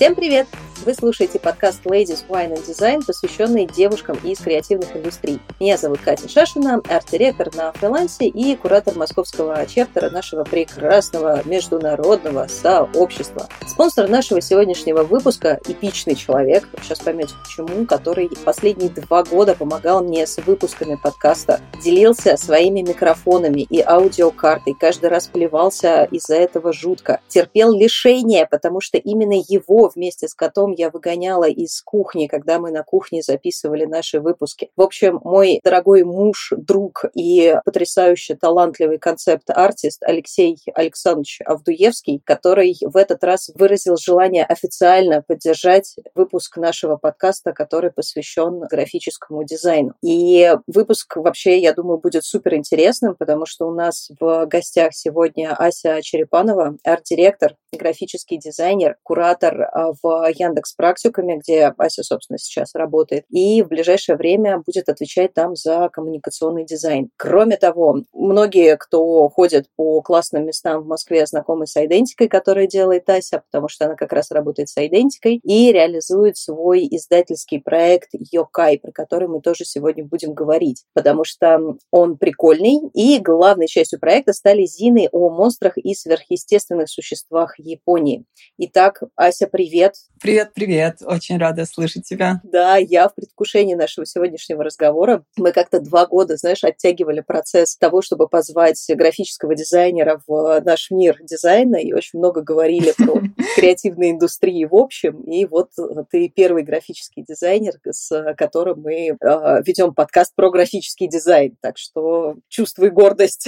Всем привет! Вы слушаете подкаст Ladies Wine and Design, посвященный девушкам из креативных индустрий. Меня зовут Катя Шашина, арт-директор на фрилансе и куратор московского чаптера нашего прекрасного международного сообщества. Спонсор нашего сегодняшнего выпуска – эпичный человек, сейчас поймете почему, который последние 2 года помогал мне с выпусками подкаста, делился своими микрофонами и аудиокартой, каждый раз плевался из-за этого жутко, терпел лишения, потому что именно его вместе с котом я выгоняла из кухни, когда мы на кухне записывали наши выпуски. В общем, мой дорогой муж, друг и потрясающе талантливый концепт-артист Алексей Александрович Авдуевский, который в этот раз выразил желание официально поддержать выпуск нашего подкаста, который посвящен графическому дизайну. И выпуск вообще, я думаю, будет супер интересным, потому что у нас в гостях сегодня Ася Черепанова, арт-директор, графический дизайнер, куратор в Яндекс.Практикуме, где Ася, собственно, сейчас работает, и в ближайшее время будет отвечать там за коммуникационный дизайн. Кроме того, многие, кто ходит по классным местам в Москве, знакомы с Идентикой, которая делает Ася, потому что она как раз работает с Идентикой и реализует свой издательский проект Йокай, про который мы тоже сегодня будем говорить, потому что он прикольный, и главной частью проекта стали зины о монстрах и сверхъестественных существах Японии. Итак, Ася, привет! Привет! Очень рада слышать тебя. Да, я в предвкушении нашего сегодняшнего разговора. Мы как-то 2 года, оттягивали процесс того, чтобы позвать графического дизайнера в наш мир дизайна, и очень много говорили про креативные индустрии в общем. И вот ты первый графический дизайнер, с которым мы ведем подкаст про графический дизайн. Так что чувствуй гордость.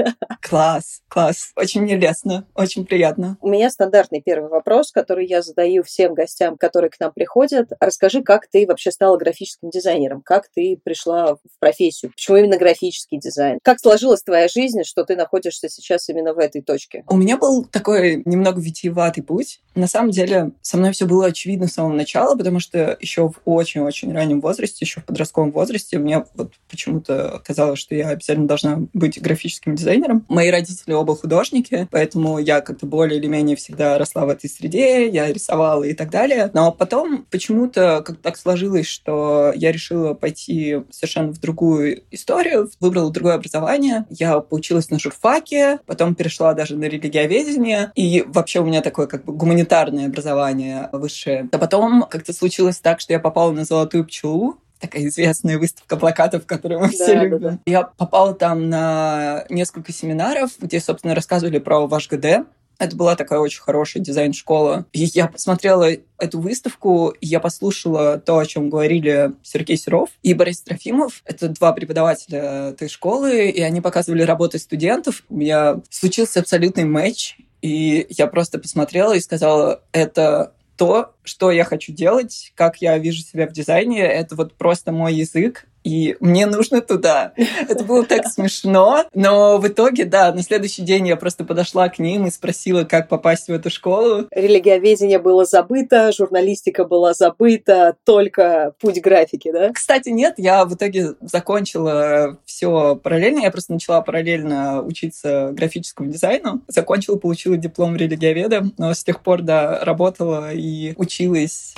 Класс. Очень мне лестно, очень приятно. У меня стандартный первый вопрос, который я задаю всем гостям, которые к нам приходят. Расскажи, как ты вообще стала графическим дизайнером? Как ты пришла в профессию? Почему именно графический дизайн? Как сложилась твоя жизнь, что ты находишься сейчас именно в этой точке? У меня был такой немного витиеватый путь. На самом деле, со мной все было очевидно с самого начала, потому что еще в очень-очень раннем возрасте, еще в подростковом возрасте, мне вот почему-то казалось, что я обязательно должна быть графическим дизайнером. Мои родители оба художники, поэтому я как-то более или менее всегда росла в этой среде, я рисовала и так далее. Но потом почему-то как так сложилось, что я решила пойти совершенно в другую историю, выбрала другое образование. Я поучилась на журфаке, потом перешла даже на религиоведение, и вообще у меня такое гуманитарное образование высшее. А потом как-то случилось так, что я попала на «Золотую пчелу», такая известная выставка плакатов, которую мы все любим. Да. Я попала там на несколько семинаров, где, собственно, рассказывали про ваш ГД. Это была такая очень хорошая дизайн-школа. И я посмотрела эту выставку, и я послушала то, о чем говорили Сергей Серов и Борис Трофимов. Это 2 преподавателя этой школы, и они показывали работы студентов. У меня случился абсолютный матч, и я просто посмотрела и сказала, это то, что я хочу делать, как я вижу себя в дизайне, это вот просто мой язык, и мне нужно туда. Это было так смешно, но в итоге, да, на следующий день я просто подошла к ним и спросила, как попасть в эту школу. Религиоведение было забыто, журналистика была забыта, только путь графики, да? Кстати, нет, я в итоге закончила все параллельно, я просто начала параллельно учиться графическому дизайну, закончила, получила диплом религиоведа, но с тех пор, да, работала и училась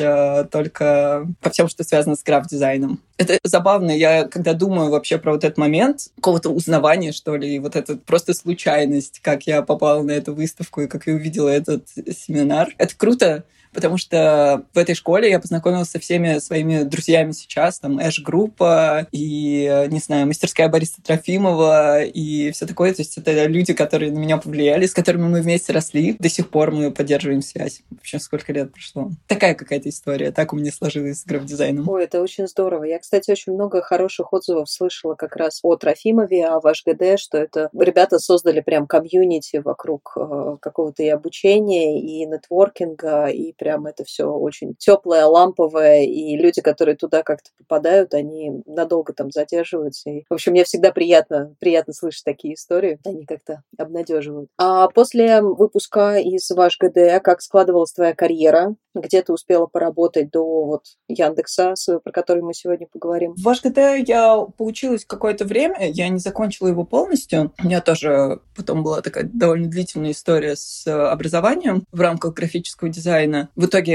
только по всему, что связано с граф-дизайном. Это забавно, я когда думаю вообще про вот этот момент какого-то узнавания, что ли, и вот это просто случайность, как я попала на эту выставку и как я увидела этот семинар. Это круто, потому что в этой школе я познакомилась со всеми своими друзьями сейчас, там Эш-группа и, не знаю, мастерская Бориса Трофимова и все такое. То есть это люди, которые на меня повлияли, с которыми мы вместе росли. До сих пор мы поддерживаем связь. Вообще, сколько лет прошло. Такая какая-то история. Так у меня сложилось с граф-дизайном. Ой, это очень здорово. Я, кстати, очень много хороших отзывов слышала как раз о Трофимове, о ваш ГД, что это ребята создали прям комьюнити вокруг какого-то и обучения, и нетворкинга, и прям это все очень теплое, ламповое, и люди, которые туда как-то попадают, они надолго там задерживаются. И, в общем, мне всегда приятно слышать такие истории, они как-то обнадеживают. А после выпуска из ваш ГД, как складывалась твоя карьера? Где ты успела поработать до Яндекса, про который мы сегодня поговорим? В ваш ГД я поучилась какое-то время, я не закончила его полностью. У меня тоже потом была такая довольно длительная история с образованием в рамках графического дизайна. В итоге я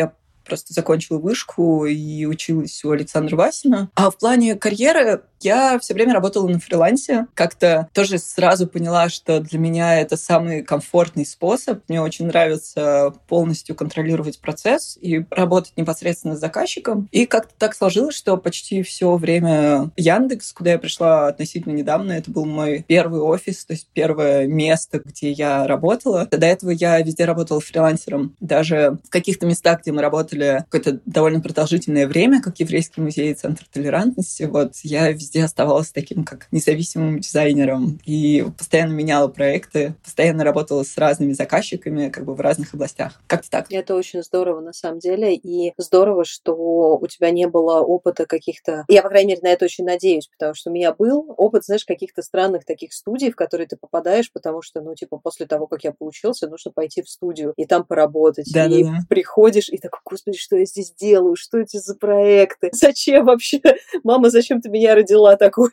просто закончила вышку и училась у Александра Васина. А в плане карьеры я все время работала на фрилансе. Как-то тоже сразу поняла, что для меня это самый комфортный способ. Мне очень нравится полностью контролировать процесс и работать непосредственно с заказчиком. И как-то так сложилось, что почти все время Яндекс, куда я пришла относительно недавно, это был мой первый офис, то есть первое место, где я работала. До этого я везде работала фрилансером. Даже в каких-то местах, где мы работали какое-то довольно продолжительное время, как Еврейский музей и Центр толерантности, вот я везде оставалась таким как независимым дизайнером и постоянно меняла проекты, постоянно работала с разными заказчиками как бы в разных областях. Как-то так. Это очень здорово на самом деле, и здорово, что у тебя не было опыта каких-то... Я, по крайней мере, на это очень надеюсь, потому что у меня был опыт, знаешь, каких-то странных таких студий, в которые ты попадаешь, потому что, ну, типа, после того, как я поучился, нужно пойти в студию и там поработать. Да. Приходишь и такой: господи, что я здесь делаю? Что эти за проекты? Зачем вообще? Мама, зачем ты меня родила такой?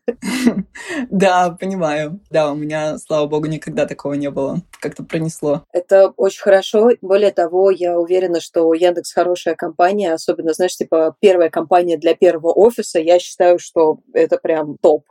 Да, понимаю. Да, у меня, слава богу, никогда такого не было. Как-то пронесло. Это очень хорошо. Более того, я уверена, что Яндекс хорошая компания, особенно, знаешь, типа первая компания для первого офиса. Я считаю, что это прям топ.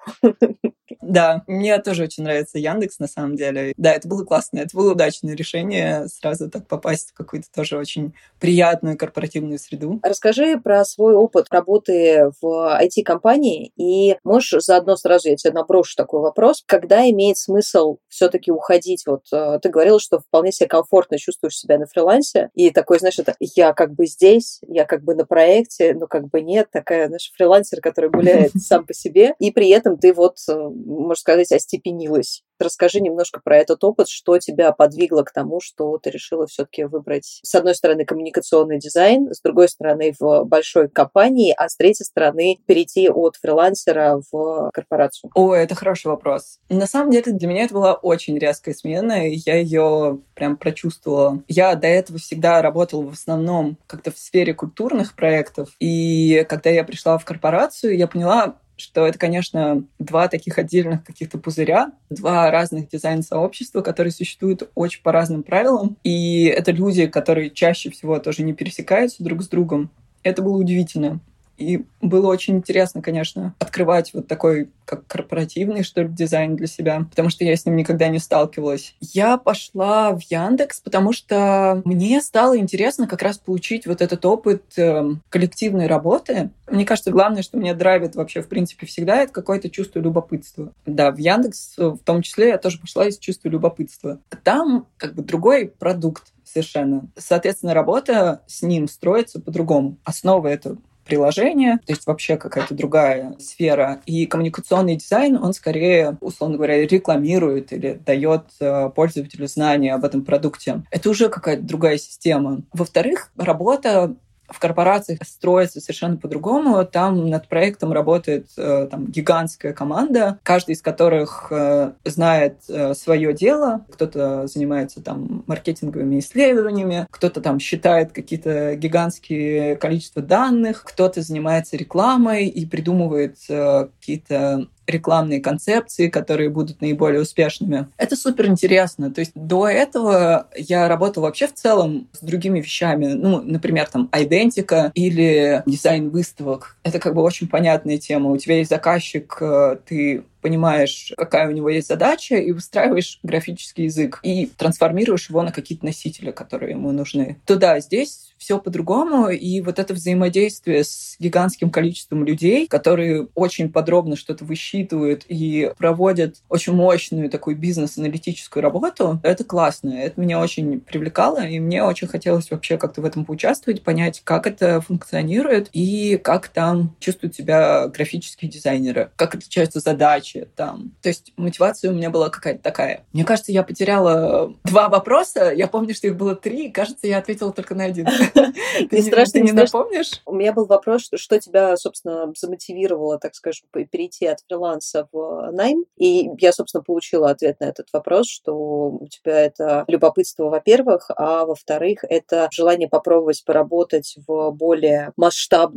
Да, мне тоже очень нравится Яндекс, на самом деле. Да, это было классно, это было удачное решение сразу так попасть в какую-то тоже очень приятную корпоративную среду. Расскажи про свой опыт работы в IT-компании, и можешь заодно сразу я тебе наброшу такой вопрос, когда имеет смысл все-таки уходить? Вот ты говорила, что вполне себе комфортно чувствуешь себя на фрилансе, и такой, знаешь, это я как бы здесь, я как бы на проекте, но как бы нет, такая, знаешь, фрилансер, который гуляет сам по себе, и при этом ты вот, можно сказать, остепенилась. Расскажи немножко про этот опыт, что тебя подвигло к тому, что ты решила все-таки выбрать, с одной стороны, коммуникационный дизайн, с другой стороны, в большой компании, а с третьей стороны, перейти от фрилансера в корпорацию? О, это хороший вопрос. На самом деле, для меня это была очень резкая смена, и я ее прям прочувствовала. Я до этого всегда работала в основном как-то в сфере культурных проектов, и когда я пришла в корпорацию, я поняла, что это, конечно, два таких отдельных каких-то пузыря, два разных дизайн-сообщества, которые существуют очень по разным правилам. И это люди, которые чаще всего тоже не пересекаются друг с другом. Это было удивительно. И было очень интересно, конечно, открывать вот такой, как корпоративный, что ли, дизайн для себя, потому что я с ним никогда не сталкивалась. Я пошла в Яндекс, потому что мне стало интересно как раз получить вот этот опыт коллективной работы. Мне кажется, главное, что меня драйвит вообще, в принципе, всегда, это какое-то чувство любопытства. Да, в Яндекс в том числе я тоже пошла из чувства любопытства. Там как бы другой продукт совершенно. Соответственно, работа с ним строится по-другому. Основа — это приложение, то есть вообще какая-то другая сфера. И коммуникационный дизайн, он скорее, условно говоря, рекламирует или дает пользователю знания об этом продукте. Это уже какая-то другая система. Во-вторых, работа в корпорациях строится совершенно по-другому. Там над проектом работает там гигантская команда, каждый из которых знает свое дело. Кто-то занимается там маркетинговыми исследованиями, кто-то там считает какие-то гигантские количества данных, кто-то занимается рекламой и придумывает какие-то рекламные концепции, которые будут наиболее успешными. Это супер интересно. То есть до этого я работала вообще в целом с другими вещами. Ну, например, там, идентика или дизайн выставок. Это как бы очень понятная тема. У тебя есть заказчик, ты понимаешь, какая у него есть задача, и выстраиваешь графический язык, и трансформируешь его на какие-то носители, которые ему нужны. То да, здесь все по-другому, и вот это взаимодействие с гигантским количеством людей, которые очень подробно что-то высчитывают и проводят очень мощную такую бизнес-аналитическую работу, это классно, это меня очень привлекало, и мне очень хотелось вообще как-то в этом поучаствовать, понять, как это функционирует, и как там чувствуют себя графические дизайнеры, как отличаются задачи там. То есть мотивация у меня была какая-то такая. Мне кажется, я потеряла 2 вопроса, я помню, что их было 3, кажется, я ответила только на 1. Не страшно, ты не напомнишь? У меня был вопрос, что тебя, собственно, замотивировало, так скажем, перейти от фриланса в найм. И я, собственно, получила ответ на этот вопрос, что у тебя это любопытство, во-первых, а во-вторых, это желание попробовать поработать в более масштабной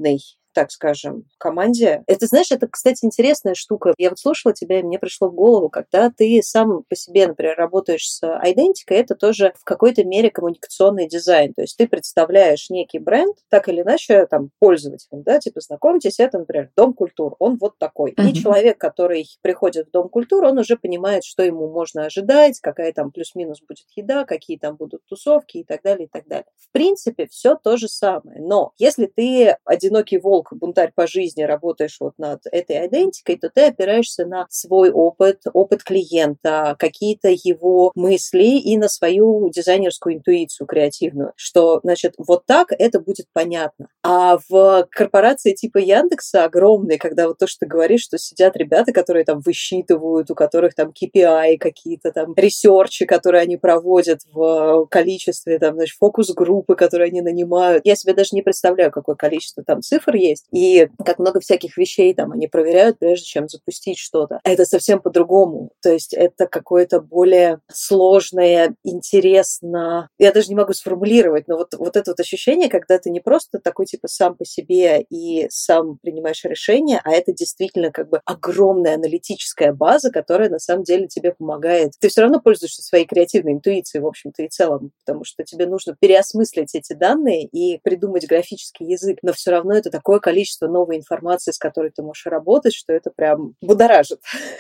так скажем, команде. Это, знаешь, это, кстати, интересная штука. Я вот слушала тебя, и мне пришло в голову, когда ты сам по себе, например, работаешь с идентикой, это тоже в какой-то мере коммуникационный дизайн. То есть ты представляешь некий бренд, так или иначе, там, пользователям, да, типа, знакомьтесь, это, например, Дом культур, он вот такой. И человек, который приходит в Дом культур, он уже понимает, что ему можно ожидать, какая там плюс-минус будет еда, какие там будут тусовки и так далее, и так далее. В принципе, все то же самое. Но если ты одинокий волк, бунтарь по жизни, работаешь вот над этой идентикой, то ты опираешься на свой опыт, опыт клиента, какие-то его мысли и на свою дизайнерскую интуицию креативную, что, значит, вот так это будет понятно. А в корпорации типа Яндекса огромной, когда вот то, что ты говоришь, что сидят ребята, которые там высчитывают, у которых там KPI какие-то там ресерчи, которые они проводят в количестве, там, значит, фокус-группы, которые они нанимают. Я себе даже не представляю, какое количество там цифр есть, и как много всяких вещей там они проверяют, прежде чем запустить что-то. Это совсем по-другому. То есть это какое-то более сложное, интересно. Я даже не могу сформулировать, но вот это вот ощущение, когда ты не просто такой типа сам по себе и сам принимаешь решения, а это действительно как бы огромная аналитическая база, которая на самом деле тебе помогает. Ты все равно пользуешься своей креативной интуицией, в общем-то, и целом, потому что тебе нужно переосмыслить эти данные и придумать графический язык, но все равно это такое количество новой информации, с которой ты можешь работать, что это прям будоражит.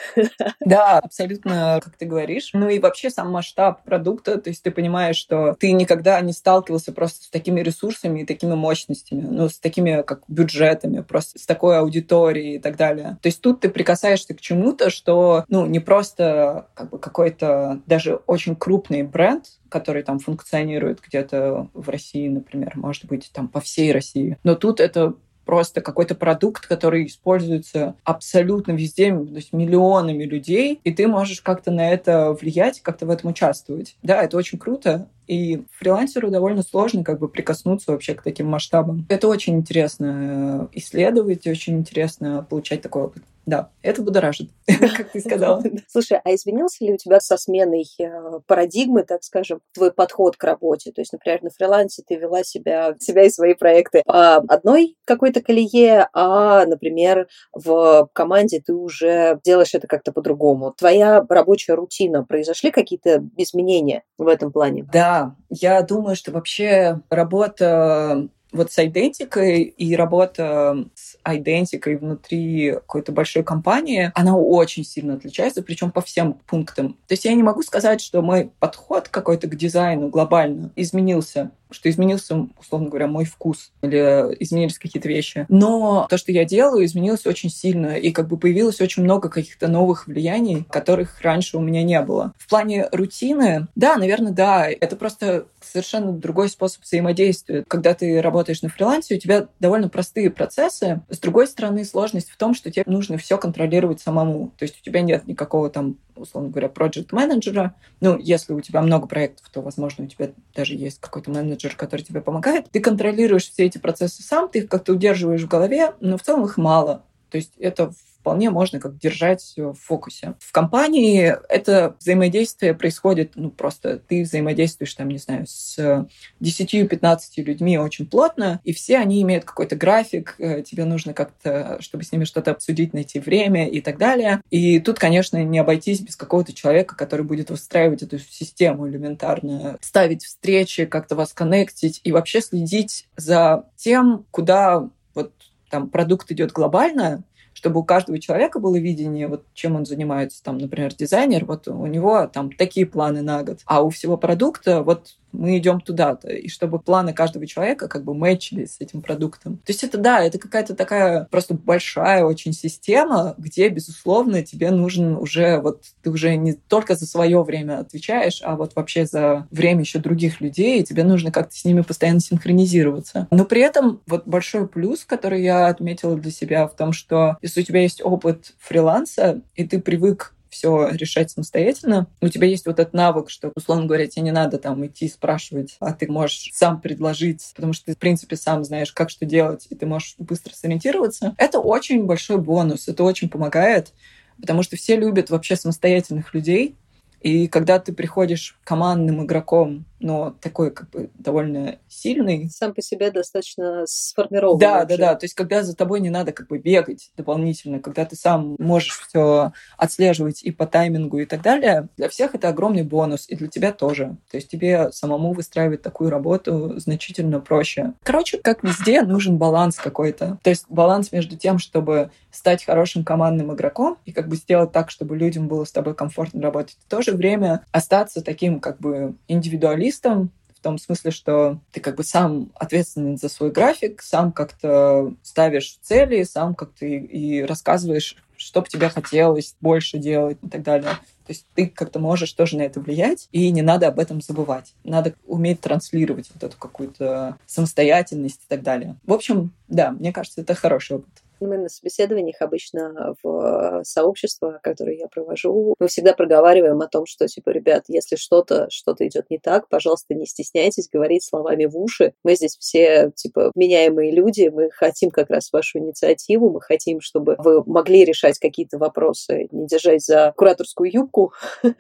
Да, абсолютно, как ты говоришь. Ну и вообще сам масштаб продукта, то есть ты понимаешь, что ты никогда не сталкивался просто с такими ресурсами и такими мощностями, ну, с такими как бюджетами, просто с такой аудиторией и так далее. То есть тут ты прикасаешься к чему-то, что, ну, не просто как бы какой-то даже очень крупный бренд, который там функционирует где-то в России, например, может быть, там по всей России. Но тут это просто какой-то продукт, который используется абсолютно везде, то есть миллионами людей, и ты можешь как-то на это влиять, как-то в этом участвовать. Да, это очень круто, и фрилансеру довольно сложно как бы прикоснуться вообще к таким масштабам. Это очень интересно исследовать, очень интересно получать такой опыт. Да, это будоражит, как ты сказала. Слушай, а изменился ли у тебя со сменой парадигмы, так скажем, твой подход к работе? То есть, например, на фрилансе ты вела себя и свои проекты по одной какой-то колее, а, например, в команде ты уже делаешь это как-то по-другому. Твоя рабочая рутина, произошли какие-то изменения в этом плане? Да, я думаю, что вообще работа вот с идентикой и работа с идентикой внутри какой-то большой компании, она очень сильно отличается, причем по всем пунктам. То есть я не могу сказать, что мой подход какой-то к дизайну глобально изменился, что изменился, условно говоря, мой вкус или изменились какие-то вещи. Но то, что я делаю, изменилось очень сильно, и как бы появилось очень много каких-то новых влияний, которых раньше у меня не было. В плане рутины, да, наверное, да, это просто совершенно другой способ взаимодействия. Когда ты работаешь на фрилансе, у тебя довольно простые процессы. С другой стороны, сложность в том, что тебе нужно все контролировать самому. То есть у тебя нет никакого там, условно говоря, проект-менеджера. Ну, если у тебя много проектов, то, возможно, у тебя даже есть какой-то менеджер, который тебе помогает. Ты контролируешь все эти процессы сам, ты их как-то удерживаешь в голове, но в целом их мало. То есть это вполне можно как держать в фокусе. В компании это взаимодействие происходит, ну, просто ты взаимодействуешь, там, не знаю, с 10-15 людьми очень плотно, и все они имеют какой-то график, тебе нужно как-то, чтобы с ними что-то обсудить, найти время и так далее. И тут, конечно, не обойтись без какого-то человека, который будет выстраивать эту систему элементарно, ставить встречи, как-то вас коннектить и вообще следить за тем, куда вот там продукт идет глобально, чтобы у каждого человека было видение, вот чем он занимается, там, например, дизайнер, вот у него там такие планы на год, а у всего продукта вот мы идем туда-то, и чтобы планы каждого человека как бы мэчились с этим продуктом. То есть это, да, это какая-то такая просто большая очень система, где, безусловно, тебе нужен уже, вот ты уже не только за свое время отвечаешь, а вот вообще за время еще других людей, и тебе нужно как-то с ними постоянно синхронизироваться. Но при этом вот большой плюс, который я отметила для себя в том, что если у тебя есть опыт фриланса, и ты привык все решать самостоятельно. У тебя есть вот этот навык, что, условно говоря, тебе не надо там идти спрашивать, а ты можешь сам предложить, потому что ты, в принципе, сам знаешь, как что делать, и ты можешь быстро сориентироваться. Это очень большой бонус, это очень помогает, потому что все любят вообще самостоятельных людей, и когда ты приходишь командным игроком но такой как бы довольно сильный. Сам по себе достаточно сформированный. Да. То есть, когда за тобой не надо как бы бегать дополнительно, когда ты сам можешь все отслеживать и по таймингу и так далее, для всех это огромный бонус, и для тебя тоже. То есть тебе самому выстраивать такую работу значительно проще. Короче, как везде, нужен баланс какой-то. То есть баланс между тем, чтобы стать хорошим командным игроком и как бы сделать так, чтобы людям было с тобой комфортно работать. В то же время остаться таким как бы индивидуалистом, в том смысле, что ты как бы сам ответственен за свой график, сам как-то ставишь цели, сам как-то и рассказываешь, что бы тебе хотелось больше делать и так далее. То есть ты как-то можешь тоже на это влиять, и не надо об этом забывать. Надо уметь транслировать вот эту какую-то самостоятельность и так далее. В общем, да, мне кажется, это хороший опыт. Мы на собеседованиях обычно в сообщество, которое я провожу, мы всегда проговариваем о том, что, типа, ребят, если что-то идет не так, пожалуйста, не стесняйтесь говорить словами в уши. Мы здесь все, типа, вменяемые люди, мы хотим как раз вашу инициативу, мы хотим, чтобы вы могли решать какие-то вопросы, не держать за кураторскую юбку,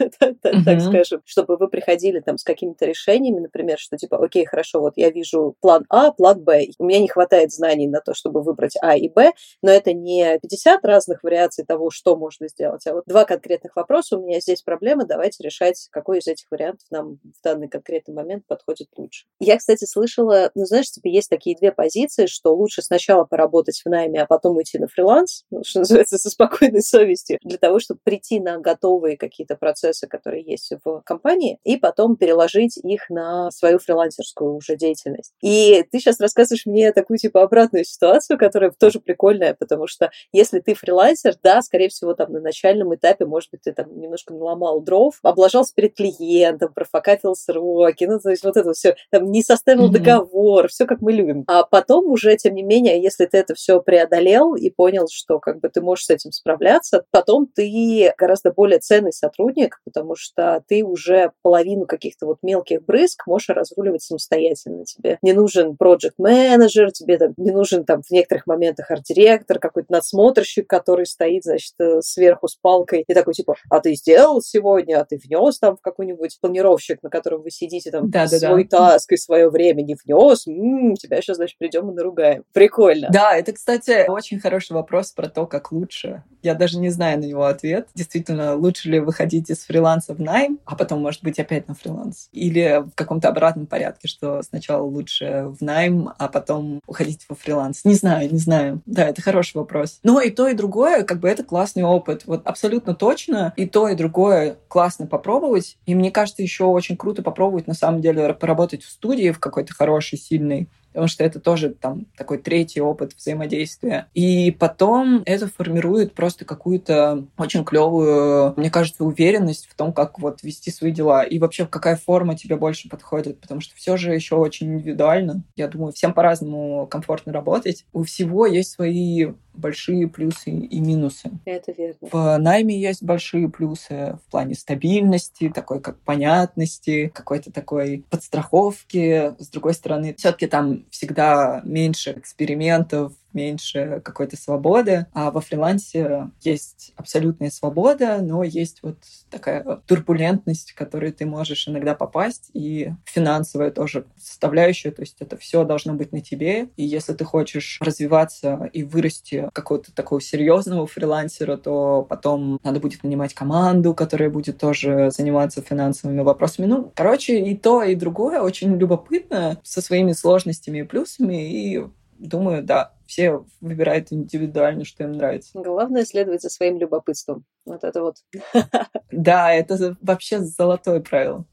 так скажем, чтобы вы приходили там с какими-то решениями, например, что, типа, окей, хорошо, вот я вижу план А, план Б, у меня не хватает знаний на то, чтобы выбрать А и Б, но это не 50 разных вариаций того, что можно сделать, а вот 2 конкретных вопроса, у меня здесь проблема, давайте решать, какой из этих вариантов нам в данный конкретный момент подходит лучше. Я, кстати, слышала, знаешь, типа есть такие 2 позиции, что лучше сначала поработать в найме, а потом уйти на фриланс, что называется, со спокойной совестью, для того, чтобы прийти на готовые какие-то процессы, которые есть в компании, и потом переложить их на свою фрилансерскую уже деятельность. И ты сейчас рассказываешь мне такую, типа, обратную ситуацию, которая тоже прикольная, потому что если ты фрилансер, да, скорее всего, там на начальном этапе, может быть, ты там немножко наломал дров, облажался перед клиентом, профокатил сроки, ну, то есть вот это все, там, не составил договор, все как мы любим. А потом уже, тем не менее, если ты это все преодолел и понял, что как бы ты можешь с этим справляться, потом ты гораздо более ценный сотрудник, потому что ты уже половину каких-то вот мелких брызг можешь разруливать самостоятельно. Тебе не нужен проект-менеджер, тебе там не нужен там в некоторых моментах арт-директор, какой-то надсмотрщик, который стоит, значит, сверху с палкой и такой, типа, а ты сделал сегодня, а ты внес там в какой-нибудь планировщик, на котором вы сидите там свой таск и свое время не внес, тебя сейчас, значит, придем и наругаем. Прикольно. Да, это, кстати, очень хороший вопрос про то, как лучше. Я даже не знаю на него ответ. Действительно, лучше ли выходить из фриланса в найм, а потом, может быть, опять на фриланс? Или в каком-то обратном порядке, что сначала лучше в найм, а потом уходить во фриланс? Не знаю. Да, это хороший вопрос. Но и то, и другое, как бы это классный опыт. Вот абсолютно точно и то, и другое классно попробовать. И мне кажется, еще очень круто попробовать, на самом деле, поработать в студии в какой-то хорошей, сильной, потому что это тоже там такой третий опыт взаимодействия. И потом это формирует просто какую-то очень клевую, мне кажется, уверенность в том, как вот вести свои дела и вообще какая форма тебе больше подходит, потому что все же еще очень индивидуально. Я думаю, всем по-разному комфортно работать. У всего есть свои большие плюсы и минусы. Это верно. В найме есть большие плюсы в плане стабильности, такой как понятности, какой-то такой подстраховки. С другой стороны, все-таки там всегда меньше экспериментов, меньше какой-то свободы, а во фрилансе есть абсолютная свобода, но есть вот такая турбулентность, в которую ты можешь иногда попасть, и финансовая тоже составляющая, то есть это все должно быть на тебе, и если ты хочешь развиваться и вырасти какого-то такого серьезного фрилансера, то потом надо будет нанимать команду, которая будет тоже заниматься финансовыми вопросами. Ну, короче, и то, и другое очень любопытно, со своими сложностями и плюсами, и думаю, да, все выбирают индивидуально, что им нравится. Главное следовать за своим любопытством. Вот это вот. Да, это вообще золотое правило.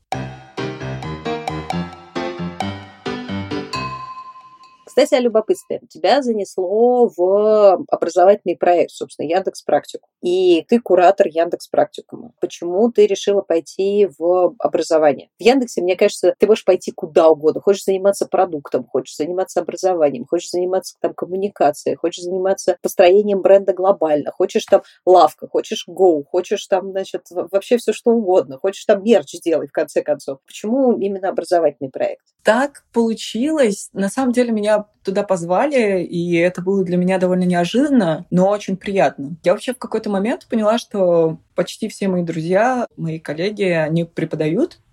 Кстати, о любопытстве. Тебя занесло в образовательный проект, собственно, Яндекс.Практику. И ты куратор Яндекс.Практикума. Почему ты решила пойти в образование? В Яндексе, мне кажется, ты можешь пойти куда угодно. Хочешь заниматься продуктом, хочешь заниматься образованием, хочешь заниматься там коммуникацией, хочешь заниматься построением бренда глобально, хочешь там лавка, хочешь Go, хочешь там, значит, вообще все что угодно, хочешь там мерч сделать, в конце концов. Почему именно образовательный проект? Так получилось. На самом деле меня туда позвали, и это было для меня довольно неожиданно, но очень приятно. Я вообще в какой-то момент поняла, что почти все мои друзья, мои коллеги, они преподают,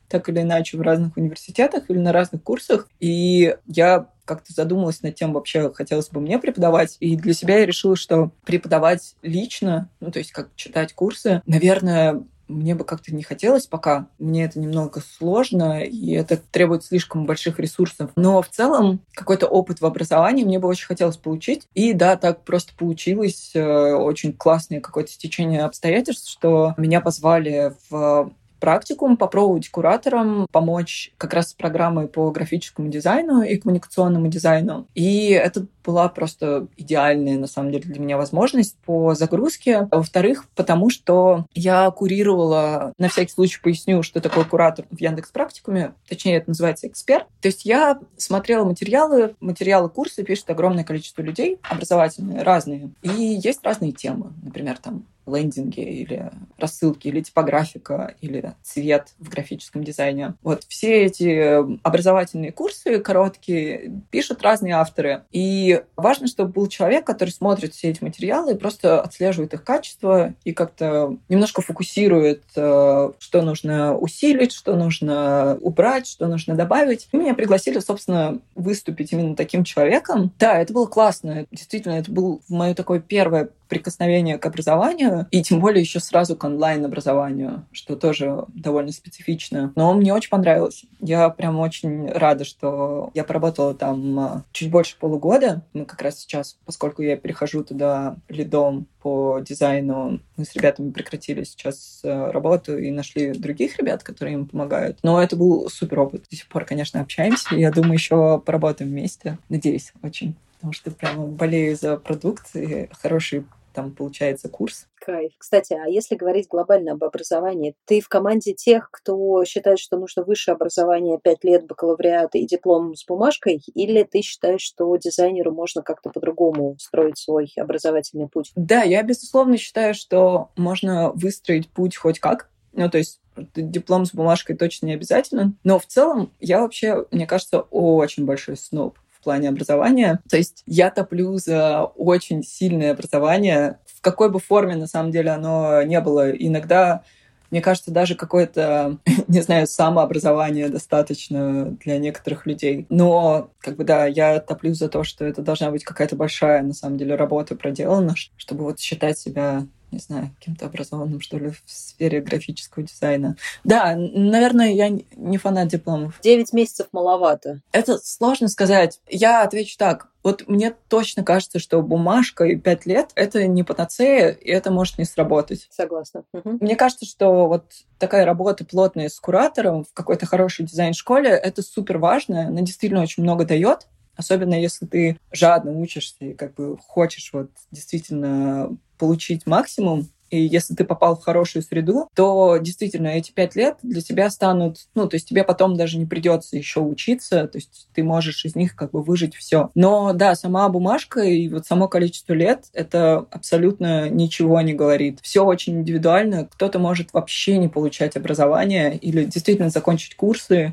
так или иначе в разных университетах или на разных курсах. И я как-то задумалась над тем, вообще хотелось бы мне преподавать. И для себя я решила, что преподавать лично, ну, то есть как читать курсы, наверное, мне бы как-то не хотелось пока. Мне это немного сложно, и это требует слишком больших ресурсов. Но в целом какой-то опыт в образовании мне бы очень хотелось получить. И да, так просто получилось. Очень классное какое-то стечение обстоятельств, что меня позвали в практикум, попробовать куратором, помочь как раз с программой по графическому дизайну и коммуникационному дизайну. И это была просто идеальная, на самом деле, для меня возможность по загрузке. А во-вторых, потому что я курировала, на всякий случай поясню, что такое куратор в Яндекс.Практикуме, точнее, это называется эксперт. То есть я смотрела материалы курса пишет огромное количество людей, образовательные, разные. И есть разные темы, например, там лендинги или рассылки, или типографика, или цвет в графическом дизайне. Вот все эти образовательные курсы короткие пишут разные авторы. И важно, чтобы был человек, который смотрит все эти материалы и просто отслеживает их качество и как-то немножко фокусирует, что нужно усилить, что нужно убрать, что нужно добавить. И меня пригласили, собственно, выступить именно таким человеком. Да, это было классно. Действительно, это было мое такое первое прикосновение к образованию, и тем более еще сразу к онлайн-образованию, что тоже довольно специфично. Но мне очень понравилось. Я прям очень рада, что я поработала там чуть больше полугода. Мы как раз сейчас, поскольку я перехожу туда лидом по дизайну, мы с ребятами прекратили сейчас работу и нашли других ребят, которые им помогают. Но это был супер опыт. До сих пор, конечно, общаемся. Я думаю, еще поработаем вместе. Надеюсь, очень. Потому что прямо болею за продукт и хороший там получается курс. Кайф. Кстати, а если говорить глобально об образовании, ты в команде тех, кто считает, что нужно высшее образование, 5 лет бакалавриата и диплом с бумажкой, или ты считаешь, что дизайнеру можно как-то по-другому строить свой образовательный путь? Да, я, безусловно, считаю, что можно выстроить путь хоть как. Ну, то есть диплом с бумажкой точно не обязательно. Но в целом я вообще, мне кажется, очень большой сноб в плане образования. То есть я топлю за очень сильное образование, в какой бы форме, на самом деле, оно не было. Иногда, мне кажется, даже какое-то, не знаю, самообразование достаточно для некоторых людей. Но, как бы, да, я топлю за то, что это должна быть какая-то большая, на самом деле, работа проделана, чтобы вот считать себя, не знаю, каким-то образованным, что ли, в сфере графического дизайна. Да, наверное, я не фанат дипломов. 9 месяцев маловато. Это сложно сказать. Я отвечу так. Вот мне точно кажется, что бумажка и 5 лет — это не панацея, и это может не сработать. Согласна. Угу. Мне кажется, что вот такая работа плотная с куратором в какой-то хорошей дизайн-школе — это супер важно. Она действительно очень много дает. Особенно если ты жадно учишься и как бы хочешь вот действительно получить максимум. И если ты попал в хорошую среду, то действительно эти 5 лет для тебя станут... Ну, то есть тебе потом даже не придется еще учиться, то есть ты можешь из них как бы выжить все. Но да, сама бумажка и вот само количество лет — это абсолютно ничего не говорит. Все очень индивидуально. Кто-то может вообще не получать образование или действительно закончить курсы,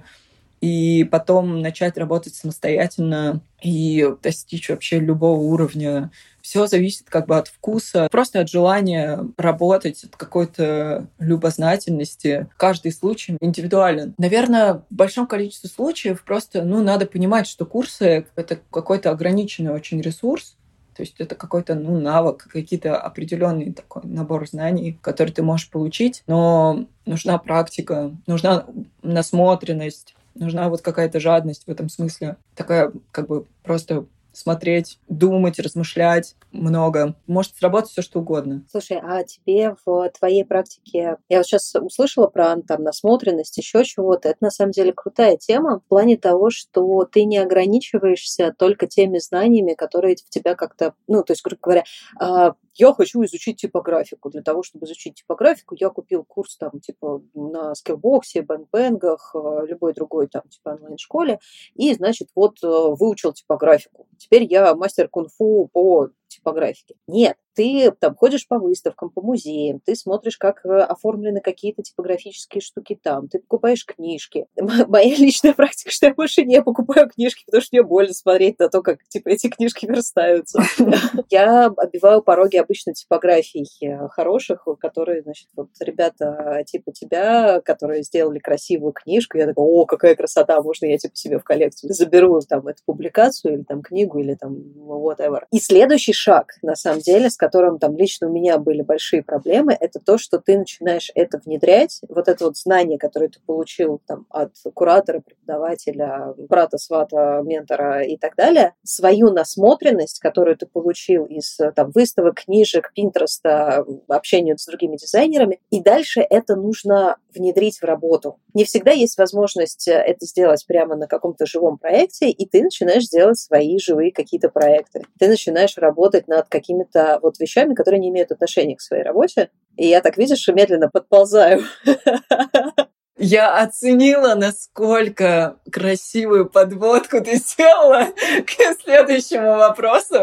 и потом начать работать самостоятельно и достичь вообще любого уровня. Все зависит как бы от вкуса, просто от желания работать, от какой-то любознательности. Каждый случай индивидуален. Наверное, в большом количестве случаев просто надо понимать, что курсы — это какой-то ограниченный очень ресурс. То есть это какой-то навык, какие-то определенный такой набор знаний, который ты можешь получить. Но нужна практика, нужна насмотренность, нужна вот какая-то жадность в этом смысле. Такая как бы просто смотреть, думать, размышлять много. Может сработать все что угодно. Слушай, а тебе в твоей практике... Я вот сейчас услышала про там насмотренность, еще чего-то. Это на самом деле крутая тема в плане того, что ты не ограничиваешься только теми знаниями, которые в тебя как-то... то есть, грубо говоря, я хочу изучить типографику. Для того, чтобы изучить типографику, я купил курс там типа на Скиллбоксе, Бэнкбэнгах, любой другой там типа онлайн-школе, и, значит, вот выучил типографику. Теперь я мастер кунг-фу по типографике. Нет, Ты там ходишь по выставкам, по музеям, ты смотришь, как оформлены какие-то типографические штуки там, ты покупаешь книжки. Моя личная практика, что я больше не покупаю книжки, потому что мне больно смотреть на то, как эти книжки верстаются. Я оббиваю пороги обычно типографий хороших, которые, значит, вот ребята типа тебя, которые сделали красивую книжку, я такая, о, какая красота, можно я типа себе в коллекцию заберу там эту публикацию или там книгу или там whatever. И следующий шаг, на самом деле, с которым там лично у меня были большие проблемы, это то, что ты начинаешь это внедрять, вот это вот знание, которое ты получил там от куратора, преподавателя, брата, свата, ментора и так далее, свою насмотренность, которую ты получил из там выставок, книжек, Пинтереста, общения с другими дизайнерами, и дальше это нужно внедрить в работу. Не всегда есть возможность это сделать прямо на каком-то живом проекте, и ты начинаешь делать свои живые какие-то проекты. Ты начинаешь работать над какими-то вот вещами, которые не имеют отношения к своей работе. И я так, видишь, медленно подползаю. Я оценила, насколько красивую подводку ты сделала к следующему вопросу.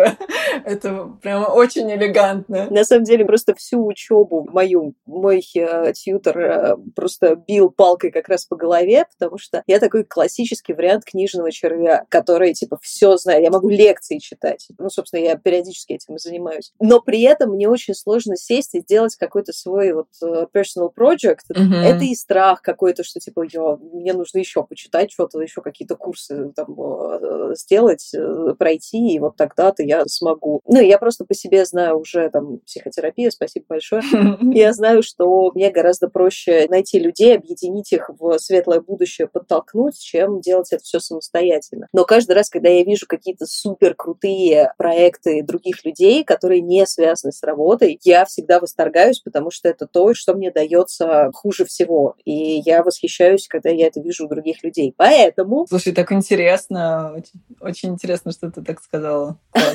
Это прямо очень элегантно. На самом деле, просто всю учебу мой тьютор просто бил палкой как раз по голове, потому что я такой классический вариант книжного червя, который, типа, все знает. Я могу лекции читать. Ну, собственно, я периодически этим и занимаюсь. Но при этом мне очень сложно сесть и сделать какой-то свой вот personal project. Это и страх какой-то, что типа мне нужно еще почитать что-то, еще какие-то курсы там сделать, пройти, и вот тогда-то я смогу. Ну, я просто по себе знаю уже там психотерапия, спасибо большое. Я знаю, что мне гораздо проще найти людей, объединить их в светлое будущее, подтолкнуть, чем делать это все самостоятельно. Но каждый раз, когда я вижу какие-то супер крутые проекты других людей, которые не связаны с работой, я всегда восторгаюсь, потому что это то, что мне дается хуже всего. И я восхищаюсь, когда я это вижу у других людей. Поэтому... Слушай, так интересно. Очень, очень интересно, что ты так сказала. Класс.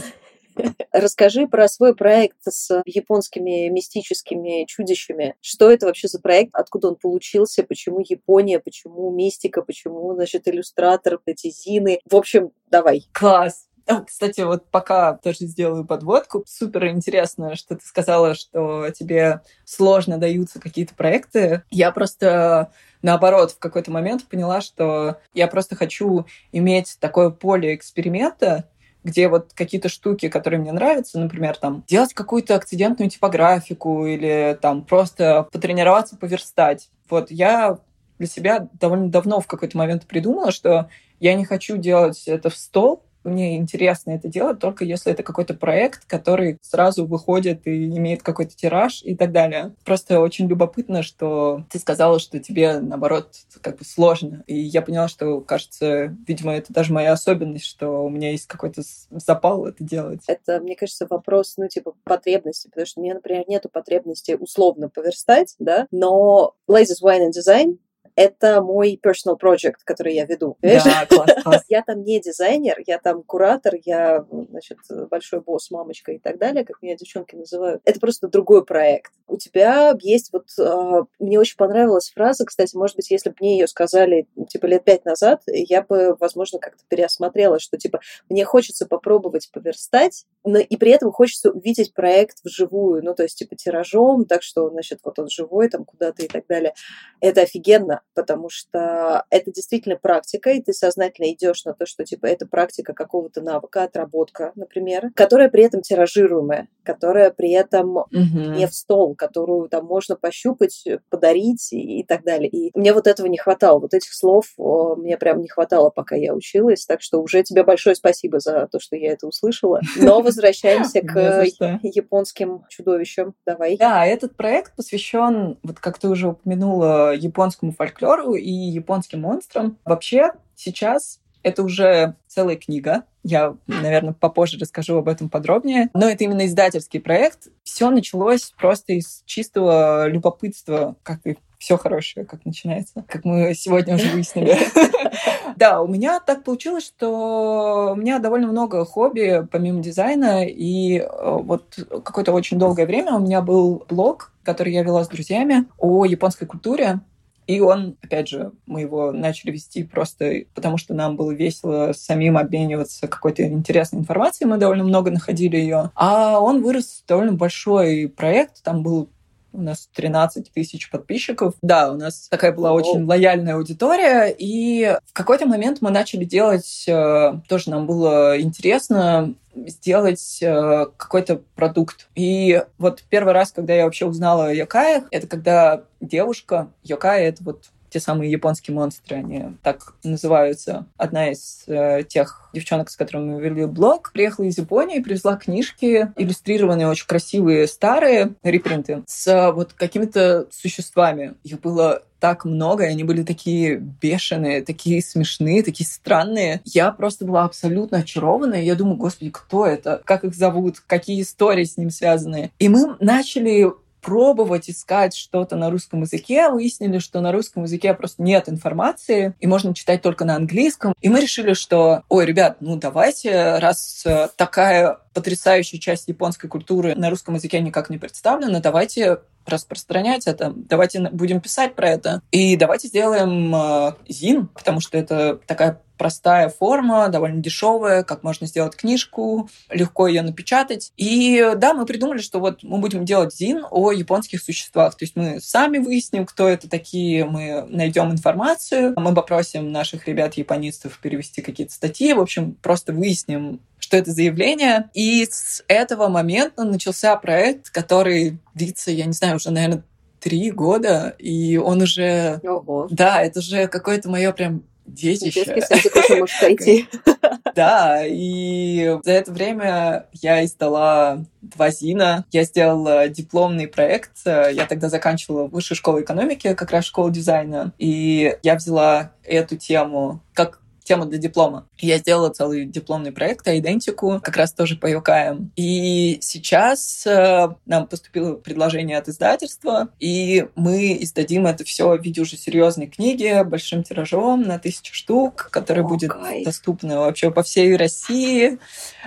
Расскажи про свой проект с японскими мистическими чудищами. Что это вообще за проект? Откуда он получился? Почему Япония? Почему мистика? Почему, значит, иллюстратор, эти зины? В общем, давай. Класс. Кстати, вот пока тоже сделаю подводку. Супер интересно, что ты сказала, что тебе сложно даются какие-то проекты. Я просто, наоборот, в какой-то момент поняла, что я просто хочу иметь такое поле эксперимента, где вот какие-то штуки, которые мне нравятся, например, там, делать какую-то акцидентную типографику или там просто потренироваться, поверстать. Вот я для себя довольно давно в какой-то момент придумала, что я не хочу делать это в стол. Мне интересно это делать только если это какой-то проект, который сразу выходит и имеет какой-то тираж и так далее. Просто очень любопытно, что ты сказала, что тебе, наоборот, как бы сложно. И я поняла, что, кажется, видимо, это даже моя особенность, что у меня есть какой-то запал это делать. Это, мне кажется, вопрос, потребности, потому что у меня, например, нету потребности условно поверстать, да, но Ladies Wine and Design это мой personal project, который я веду. Да, класс. Я там не дизайнер, я там куратор, я, значит, большой босс, мамочка и так далее, как меня девчонки называют. Это просто другой проект. У тебя есть мне очень понравилась фраза, кстати, может быть, если бы мне ее сказали, лет 5 назад, я бы, возможно, как-то переосмотрела, что, мне хочется попробовать поверстать, но и при этом хочется увидеть проект вживую, то есть, тиражом, так что, значит, вот он живой там куда-то и так далее. Это офигенно, потому что это действительно практика, и ты сознательно идешь на то, что это практика какого-то навыка, отработка, например, которая при этом тиражируемая, которая при этом не в стол, которую там можно пощупать, подарить и так далее. И мне вот этого не хватало, вот этих слов мне прям не хватало, пока я училась, так что уже тебе большое спасибо за то, что я это услышала. Но возвращаемся к японским чудовищам. Давай. Да, этот проект посвящен, вот как ты уже упомянула, японскому фольклору и японским монстрам. Вообще, сейчас это уже целая книга. Я, наверное, попозже расскажу об этом подробнее. Но это именно издательский проект. Все началось просто из чистого любопытства, как и все хорошее, как начинается, как мы сегодня уже выяснили. Да, у меня так получилось, что у меня довольно много хобби, помимо дизайна, и вот какое-то очень долгое время у меня был блог, который я вела с друзьями о японской культуре. И он, опять же, мы его начали вести просто потому, что нам было весело самим обмениваться какой-то интересной информацией, мы довольно много находили ее. А он вырос в довольно большой проект, там был у нас 13 тысяч подписчиков. Да, у нас такая была очень лояльная аудитория, и в какой-то момент мы начали делать, тоже нам было интересно, сделать какой-то продукт. И вот первый раз, когда я вообще узнала о йокаях, это когда девушка, йокаи — это вот те самые японские монстры, они так называются. Одна из тех девчонок, с которыми мы вели блог, приехала из Японии, привезла книжки, иллюстрированные, очень красивые, старые репринты, с вот какими-то существами. Их было так много, и они были такие бешеные, такие смешные, такие странные. Я просто была абсолютно очарована, и я думаю, господи, кто это? Как их зовут? Какие истории с ним связаны? И мы начали пробовать искать что-то на русском языке, выяснили, что на русском языке просто нет информации, и можно читать только на английском. И мы решили, что, ой, ребят, ну давайте, раз такая потрясающая часть японской культуры на русском языке никак не представлена, давайте распространять это, давайте будем писать про это. И давайте сделаем зин, потому что это такая простая форма, довольно дешевая, как можно сделать книжку, легко ее напечатать. И да, мы придумали, что вот мы будем делать зин о японских существах. То есть мы сами выясним, кто это такие, мы найдем информацию, мы попросим наших ребят-японистов перевести какие-то статьи, в общем, просто выясним, что это за явление. И с этого момента начался проект, который длится, я не знаю, уже, наверное, 3 года, и он уже... Ого. Да, это уже какое-то мое прям детище. Детский садик уже может пойти. Да, и за это время я издала 2 зина, я сделала дипломный проект. Я тогда заканчивала высшую школу экономики, как раз школу дизайна, и я взяла эту тему как тему для диплома. Я сделала целый дипломный проект, идентику, как раз тоже по йокаям. И сейчас нам поступило предложение от издательства, и мы издадим это все в виде уже серьезной книги, большим тиражом на 1000 штук, которая будет доступна вообще по всей России.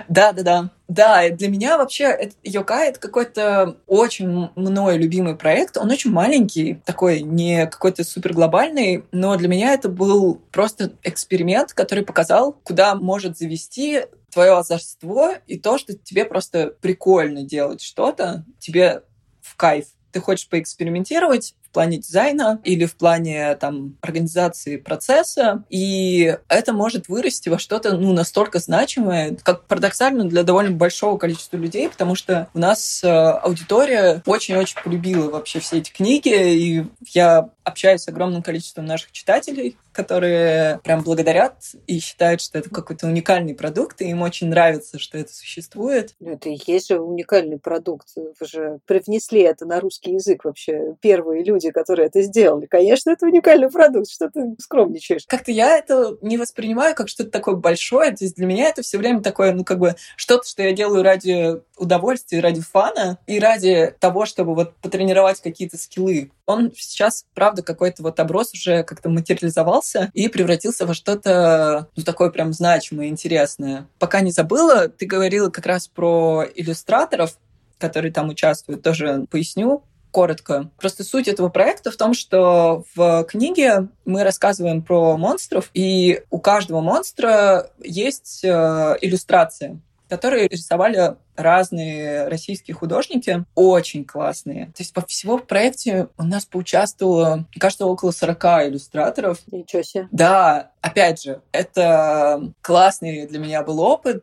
Да. Да, и для меня вообще йокай — это какой-то очень мной любимый проект. Он очень маленький, такой не какой-то суперглобальный, но для меня это был просто эксперимент, который показал, куда может завести твое озорство и то, что тебе просто прикольно делать что-то, тебе в кайф. Ты хочешь поэкспериментировать в плане дизайна или в плане там организации процесса, и это может вырасти во что-то настолько значимое, как парадоксально для довольно большого количества людей, потому что у нас аудитория очень-очень полюбила вообще все эти книги, и я общаюсь с огромным количеством наших читателей, которые прям благодарят и считают, что это какой-то уникальный продукт, и им очень нравится, что это существует. Это и есть же уникальный продукт. Вы же привнесли это на русский язык вообще. Первые люди, которые это сделали. Конечно, это уникальный продукт. Что ты скромничаешь? Как-то я это не воспринимаю как что-то такое большое. То есть для меня это все время такое, что-то, что я делаю ради удовольствия, ради фана и ради того, чтобы вот потренировать какие-то скиллы. Он сейчас, правда, какой-то вот оброс уже как-то материализовался и превратился во что-то такое прям значимое, интересное. Пока не забыла, ты говорила как раз про иллюстраторов, которые там участвуют, тоже поясню коротко. Просто суть этого проекта в том, что в книге мы рассказываем про монстров, и у каждого монстра есть иллюстрация, которые рисовали разные российские художники, очень классные. То есть по всему проекте у нас поучаствовало, мне кажется, около 40 иллюстраторов. Ничего себе. Да, опять же, это классный для меня был опыт.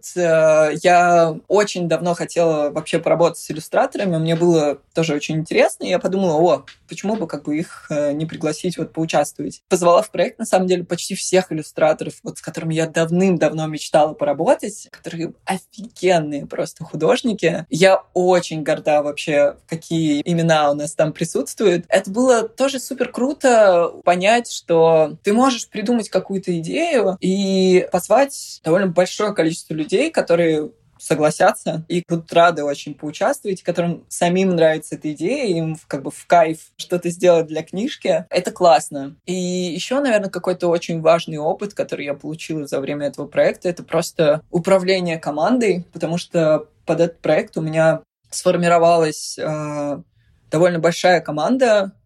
Я очень давно хотела вообще поработать с иллюстраторами, мне было тоже очень интересно, и я подумала, почему бы их не пригласить поучаствовать. Позвала в проект, на самом деле, почти всех иллюстраторов, с которыми я давным-давно мечтала поработать, которые офигенные просто художники. Я очень горда вообще, какие имена у нас там присутствуют. Это было тоже супер круто понять, что ты можешь придумать какую-то идею и позвать довольно большое количество людей, которые согласятся и будут рады очень поучаствовать, которым самим нравится эта идея, им в кайф что-то сделать для книжки. Это классно. И еще, наверное, какой-то очень важный опыт, который я получила за время этого проекта, это просто управление командой, потому что под этот проект у меня сформировалась довольно большая команда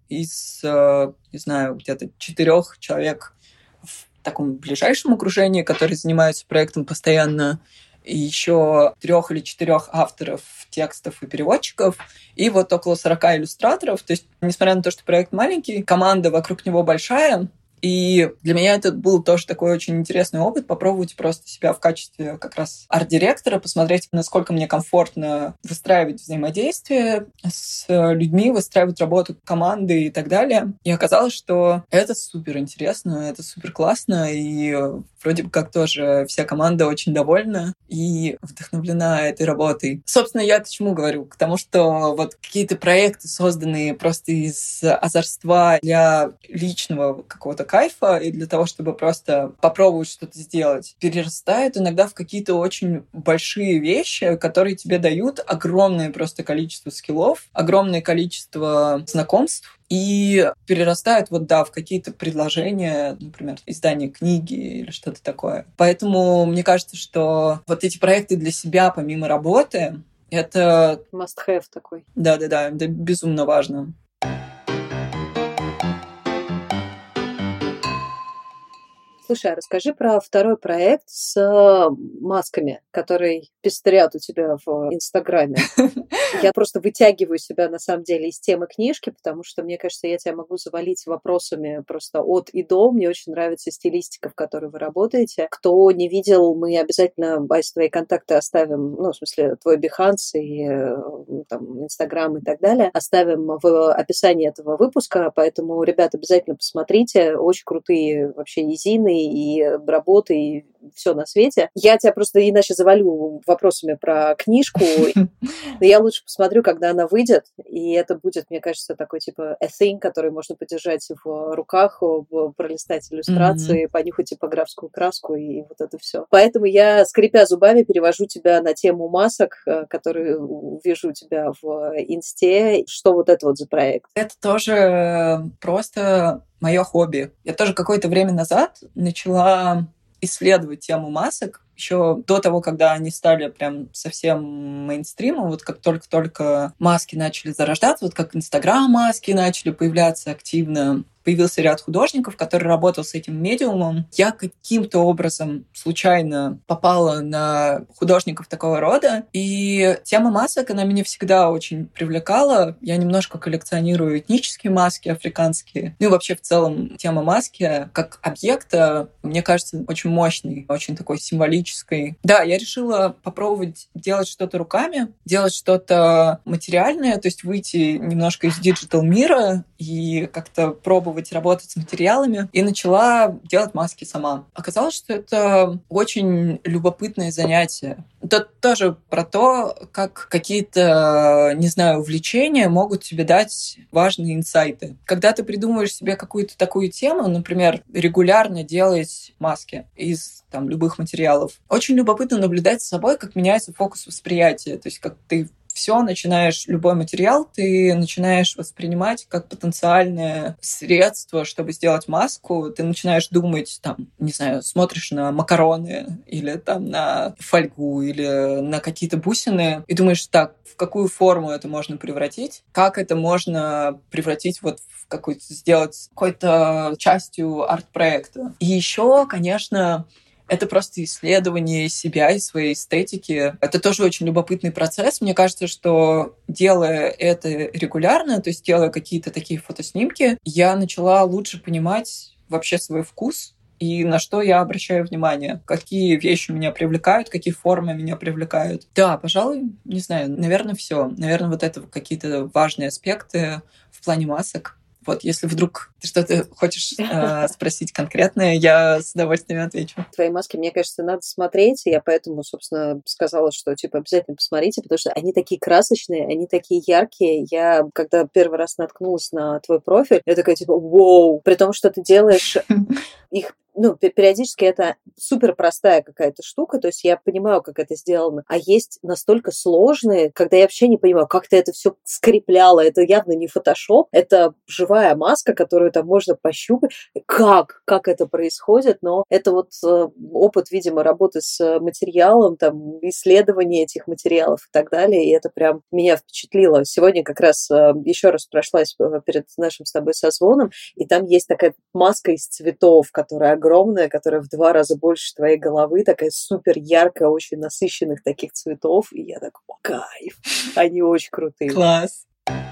из, не знаю, где-то 4 человек в таком ближайшем окружении, которые занимаются проектом постоянно, и еще 3 или 4 авторов текстов и переводчиков, и вот около 40 иллюстраторов. То есть, несмотря на то, что проект маленький, команда вокруг него большая. И для меня это был тоже такой очень интересный опыт, попробовать просто себя в качестве как раз арт-директора, посмотреть, насколько мне комфортно выстраивать взаимодействие с людьми, выстраивать работу команды и так далее. И оказалось, что это супер интересно, это супер классно, и вроде бы как тоже вся команда очень довольна и вдохновлена этой работой. Собственно, я к чему говорю? К тому, что вот какие-то проекты, созданные просто из озорства для личного какого-то кайфа и для того, чтобы просто попробовать что-то сделать, перерастают иногда в какие-то очень большие вещи, которые тебе дают огромное просто количество скиллов, огромное количество знакомств, и перерастают вот, да, в какие-то предложения, например, издание книги или что-то такое. Поэтому мне кажется, что вот эти проекты для себя, помимо работы, это... Must-have такой. Да-да-да, это безумно важно. Слушай, а расскажи про второй проект с масками, который пестрят у тебя в Инстаграме. Я просто вытягиваю себя, на самом деле, из темы книжки, потому что, мне кажется, я тебя могу завалить вопросами просто от и до. Мне очень нравится стилистика, в которой вы работаете. Кто не видел, мы обязательно, Ась, твои контакты оставим, ну, в смысле, твой Behance и там, Инстаграм и так далее, оставим в описании этого выпуска, поэтому, ребят, обязательно посмотрите. Очень крутые вообще и зины, и работы, и все на свете. Я тебя просто иначе завалю вопросами про книжку, но я лучше посмотрю, когда она выйдет, и это будет, мне кажется, такой типа a thing, который можно подержать в руках, пролистать иллюстрации, понюхать типографскую краску и вот это все. Поэтому я, скрипя зубами, перевожу тебя на тему масок, которые вижу у тебя в Инсте. Что вот это вот за проект? Это тоже просто мое хобби. Я тоже какое-то время назад начала исследовать тему масок, еще до того, когда они стали прям совсем мейнстримом, вот как только маски начали зарождаться, вот как Инстаграм-маски начали появляться активно, появился ряд художников, которые работал с этим медиумом. Я каким-то образом случайно попала на художников такого рода, и тема масок, она меня всегда очень привлекала. Я немножко коллекционирую этнические маски африканские. Ну и вообще в целом тема маски как объекта, мне кажется, очень мощной, очень такой символической. Да, я решила попробовать делать что-то руками, делать что-то материальное, то есть выйти немножко из диджитал-мира и как-то пробовать работать с материалами, и начала делать маски сама. Оказалось, что это очень любопытное занятие. Это тоже про то, как какие-то, не знаю, увлечения могут тебе дать важные инсайты. Когда ты придумываешь себе какую-то такую тему, например, регулярно делать маски из там любых материалов, очень любопытно наблюдать за собой, как меняется фокус восприятия, то есть как ты все начинаешь, любой материал ты начинаешь воспринимать как потенциальное средство, чтобы сделать маску. Ты начинаешь думать, там, не знаю, смотришь на макароны или там на фольгу или на какие-то бусины и думаешь, так, в какую форму это можно превратить, как это можно превратить вот в какую-то, сделать какой-то частью арт-проекта. И еще, конечно, это просто исследование себя и своей эстетики. Это тоже очень любопытный процесс. Мне кажется, что делая это регулярно, то есть делая какие-то такие фотоснимки, я начала лучше понимать вообще свой вкус и на что я обращаю внимание, какие вещи меня привлекают, какие формы меня привлекают. Да, пожалуй, не знаю, наверное, все. Наверное, вот это какие-то важные аспекты в плане масок. Вот, если вдруг ты что-то хочешь спросить конкретное, я с удовольствием отвечу. Твои маски, мне кажется, надо смотреть, и я поэтому, собственно, сказала, что, типа, обязательно посмотрите, потому что они такие красочные, они такие яркие. Я, когда первый раз наткнулась на твой профиль, я такая, типа, вау! При том, что ты делаешь их периодически это супер простая какая-то штука, то есть я понимаю, как это сделано, а есть настолько сложные, когда я вообще не понимаю, как ты это все скрепляла, это явно не фотошоп, это живая маска, которую там можно пощупать, как это происходит, но это вот опыт, видимо, работы с материалом, там, исследование этих материалов и так далее, и это прям меня впечатлило. Сегодня как раз еще раз прошлась перед нашим с тобой созвоном, и там есть такая маска из цветов, которая огромная, которая в 2 раза больше твоей головы, такая супер яркая, очень насыщенных таких цветов, и я так, кайф, они очень крутые. Класс.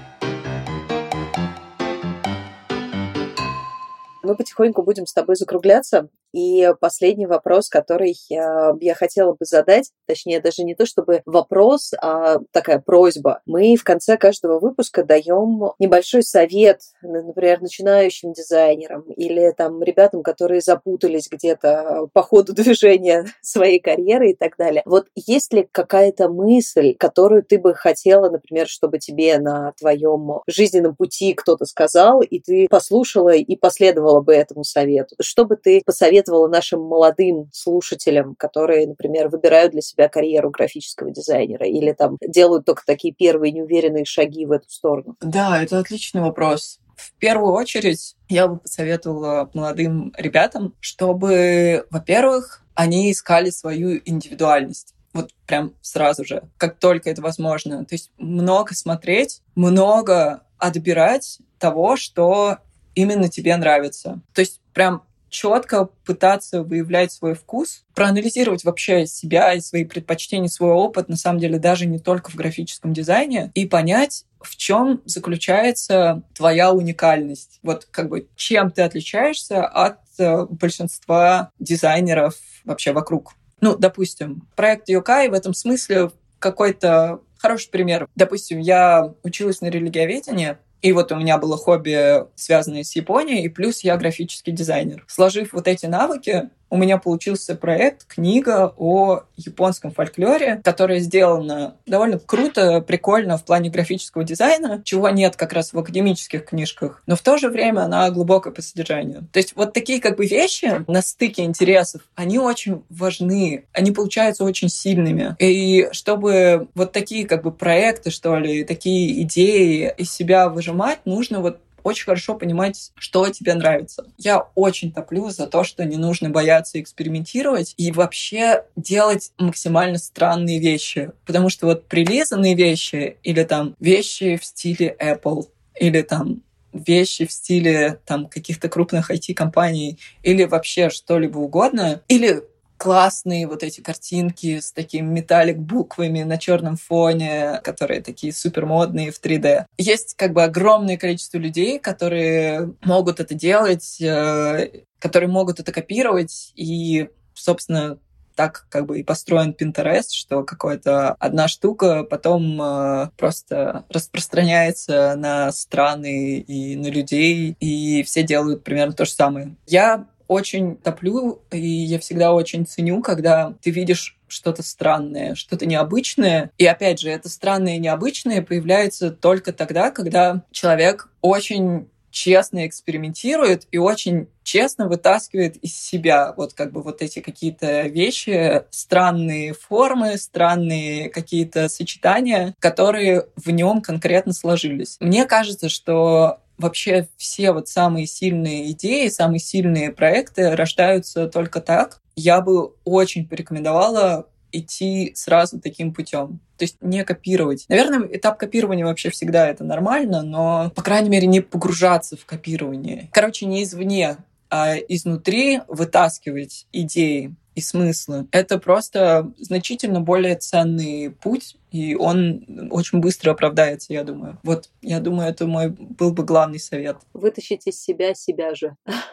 Мы потихоньку будем с тобой закругляться. И последний вопрос, который я хотела бы задать, точнее, даже не то чтобы вопрос, а такая просьба. Мы в конце каждого выпуска даем небольшой совет, например, начинающим дизайнерам или там ребятам, которые запутались где-то по ходу движения своей карьеры и так далее. Вот есть ли какая-то мысль, которую ты бы хотела, например, чтобы тебе на твоем жизненном пути кто-то сказал, и ты послушала и последовала бы этому совету? Что бы ты посоветовала нашим молодым слушателям, которые, например, выбирают для себя карьеру графического дизайнера или там делают только такие первые неуверенные шаги в эту сторону? Да, это отличный вопрос. В первую очередь я бы посоветовала молодым ребятам, чтобы, во-первых, они искали свою индивидуальность. Вот прям сразу же, как только это возможно. То есть много смотреть, много отбирать того, что именно тебе нравится. То есть прям четко пытаться выявлять свой вкус, проанализировать вообще себя и свои предпочтения, свой опыт, на самом деле, даже не только в графическом дизайне, и понять, в чем заключается твоя уникальность. Вот как бы чем ты отличаешься от большинства дизайнеров вообще вокруг. Допустим, проект Yokai в этом смысле какой-то хороший пример. Допустим, я училась на религиоведении, и вот у меня было хобби, связанное с Японией, и плюс я графический дизайнер. Сложив вот эти навыки, у меня получился проект, книга о японском фольклоре, которая сделана довольно круто, прикольно в плане графического дизайна, чего нет как раз в академических книжках, но в то же время она глубокая по содержанию. То есть вот такие как бы вещи на стыке интересов, они очень важны, они получаются очень сильными. И чтобы вот такие как бы проекты, что ли, такие идеи из себя выжимать, нужно вот очень хорошо понимать, что тебе нравится. Я очень топлю за то, что не нужно бояться экспериментировать и вообще делать максимально странные вещи. Потому что вот прилизанные вещи или там вещи в стиле Apple или там вещи в стиле там каких-то крупных IT-компаний или вообще что-либо угодно, или классные вот эти картинки с такими металлик-буквами на черном фоне, которые такие супермодные в 3D. Есть как бы огромное количество людей, которые могут это делать, которые могут это копировать, и, собственно, так как бы и построен Pinterest, что какая-то одна штука потом просто распространяется на страны и на людей, и все делают примерно то же самое. Я очень топлю, и я всегда очень ценю, когда ты видишь что-то странное, что-то необычное. И опять же, это странное и необычное появляется только тогда, когда человек очень честно экспериментирует и очень честно вытаскивает из себя вот как бы вот эти какие-то вещи, странные формы, странные какие-то сочетания, которые в нем конкретно сложились. Мне кажется, что вообще все вот самые сильные идеи, самые сильные проекты рождаются только так. Я бы очень порекомендовала идти сразу таким путем. То есть не копировать. Наверное, этап копирования вообще всегда это нормально, но, по крайней мере, не погружаться в копирование. Короче, не извне, а изнутри вытаскивать идеи и смыслы. Это просто значительно более ценный путь, и он очень быстро оправдается, я думаю. Вот, я думаю, это мой был бы главный совет. Вытащить из себя же.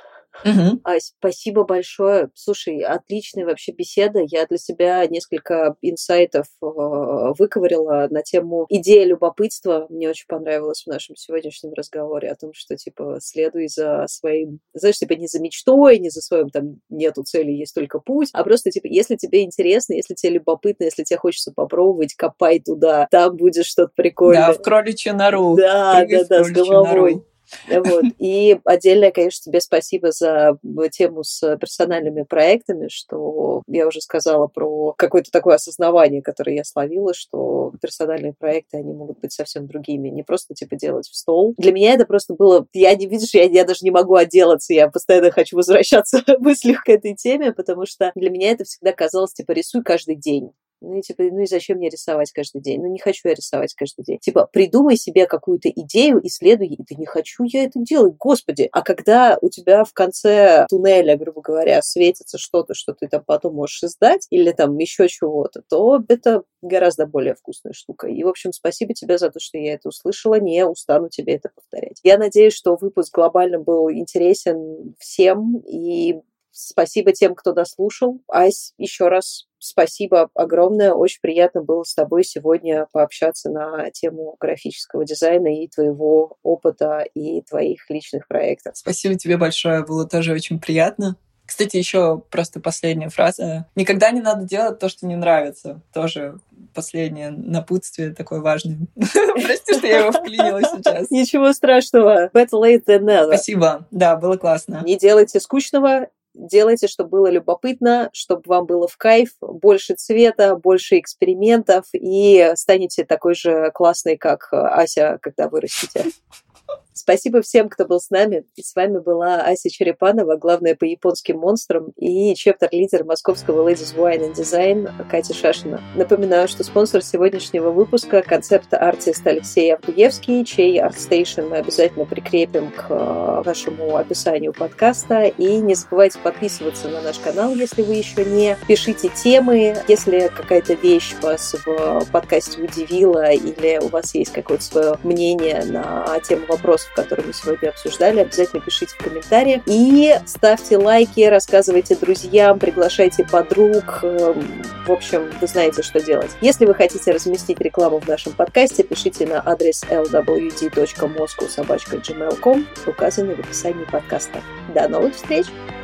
Угу. Спасибо большое. Слушай, отличная вообще беседа. Я для себя несколько инсайтов выковырила на тему идеи любопытства. Мне очень понравилось в нашем сегодняшнем разговоре о том, что, типа, следуй за своим... Знаешь, типа, не за мечтой, не за своим, там, нету цели, есть только путь, а просто, типа, если тебе интересно, если тебе любопытно, если тебе хочется попробовать, копай туда, там будет что-то прикольное. Да, в кроличью нору. Да, с головой. Вот. И отдельное, конечно, тебе спасибо за тему с персональными проектами, что я уже сказала про какое-то такое осознавание, которое я словила, что персональные проекты, они могут быть совсем другими. Не просто, типа, делать в стол. Для меня это просто было... Я даже не могу отделаться, я постоянно хочу возвращаться в мыслях к этой теме, потому что для меня это всегда казалось, типа, рисуй каждый день. Ну и зачем мне рисовать каждый день? Ну, не хочу я рисовать каждый день. Типа, придумай себе какую-то идею, исследуй, и да не хочу я это делать, господи. А когда у тебя в конце туннеля, грубо говоря, светится что-то, что ты там потом можешь издать, или там еще чего-то, то это гораздо более вкусная штука. И, в общем, спасибо тебе за то, что я это услышала, не устану тебе это повторять. Я надеюсь, что выпуск глобально был интересен всем, и спасибо тем, кто дослушал. Ась, еще раз спасибо огромное. Очень приятно было с тобой сегодня пообщаться на тему графического дизайна и твоего опыта, и твоих личных проектов. Спасибо тебе большое. Было тоже очень приятно. Кстати, еще просто последняя фраза. Никогда не надо делать то, что не нравится. Тоже последнее напутствие такое важное. Прости, что я его вклинила сейчас. Ничего страшного. Better late than never. Спасибо. Да, было классно. Не делайте скучного. Делайте, чтобы было любопытно, чтобы вам было в кайф, больше цвета, больше экспериментов, и станете такой же классной, как Ася, когда вырастете. Спасибо всем, кто был с нами. И с вами была Ася Черепанова, главная по японским монстрам, и чептер-лидер московского Ladies Wine and Design Катя Шашина. Напоминаю, что спонсор сегодняшнего выпуска — концепт-артист Алексей Авдуевский, чей ArtStation мы обязательно прикрепим к нашему описанию подкаста. И не забывайте подписываться на наш канал, если вы еще не. Пишите темы, если какая-то вещь вас в подкасте удивила, или у вас есть какое-то свое мнение на тему вопросов, которые мы сегодня обсуждали, обязательно пишите в комментариях. И ставьте лайки, рассказывайте друзьям, приглашайте подруг. В общем, вы знаете, что делать. Если вы хотите разместить рекламу в нашем подкасте, пишите на адрес lwd.moscow@gmail.com, указанный в описании подкаста. До новых встреч!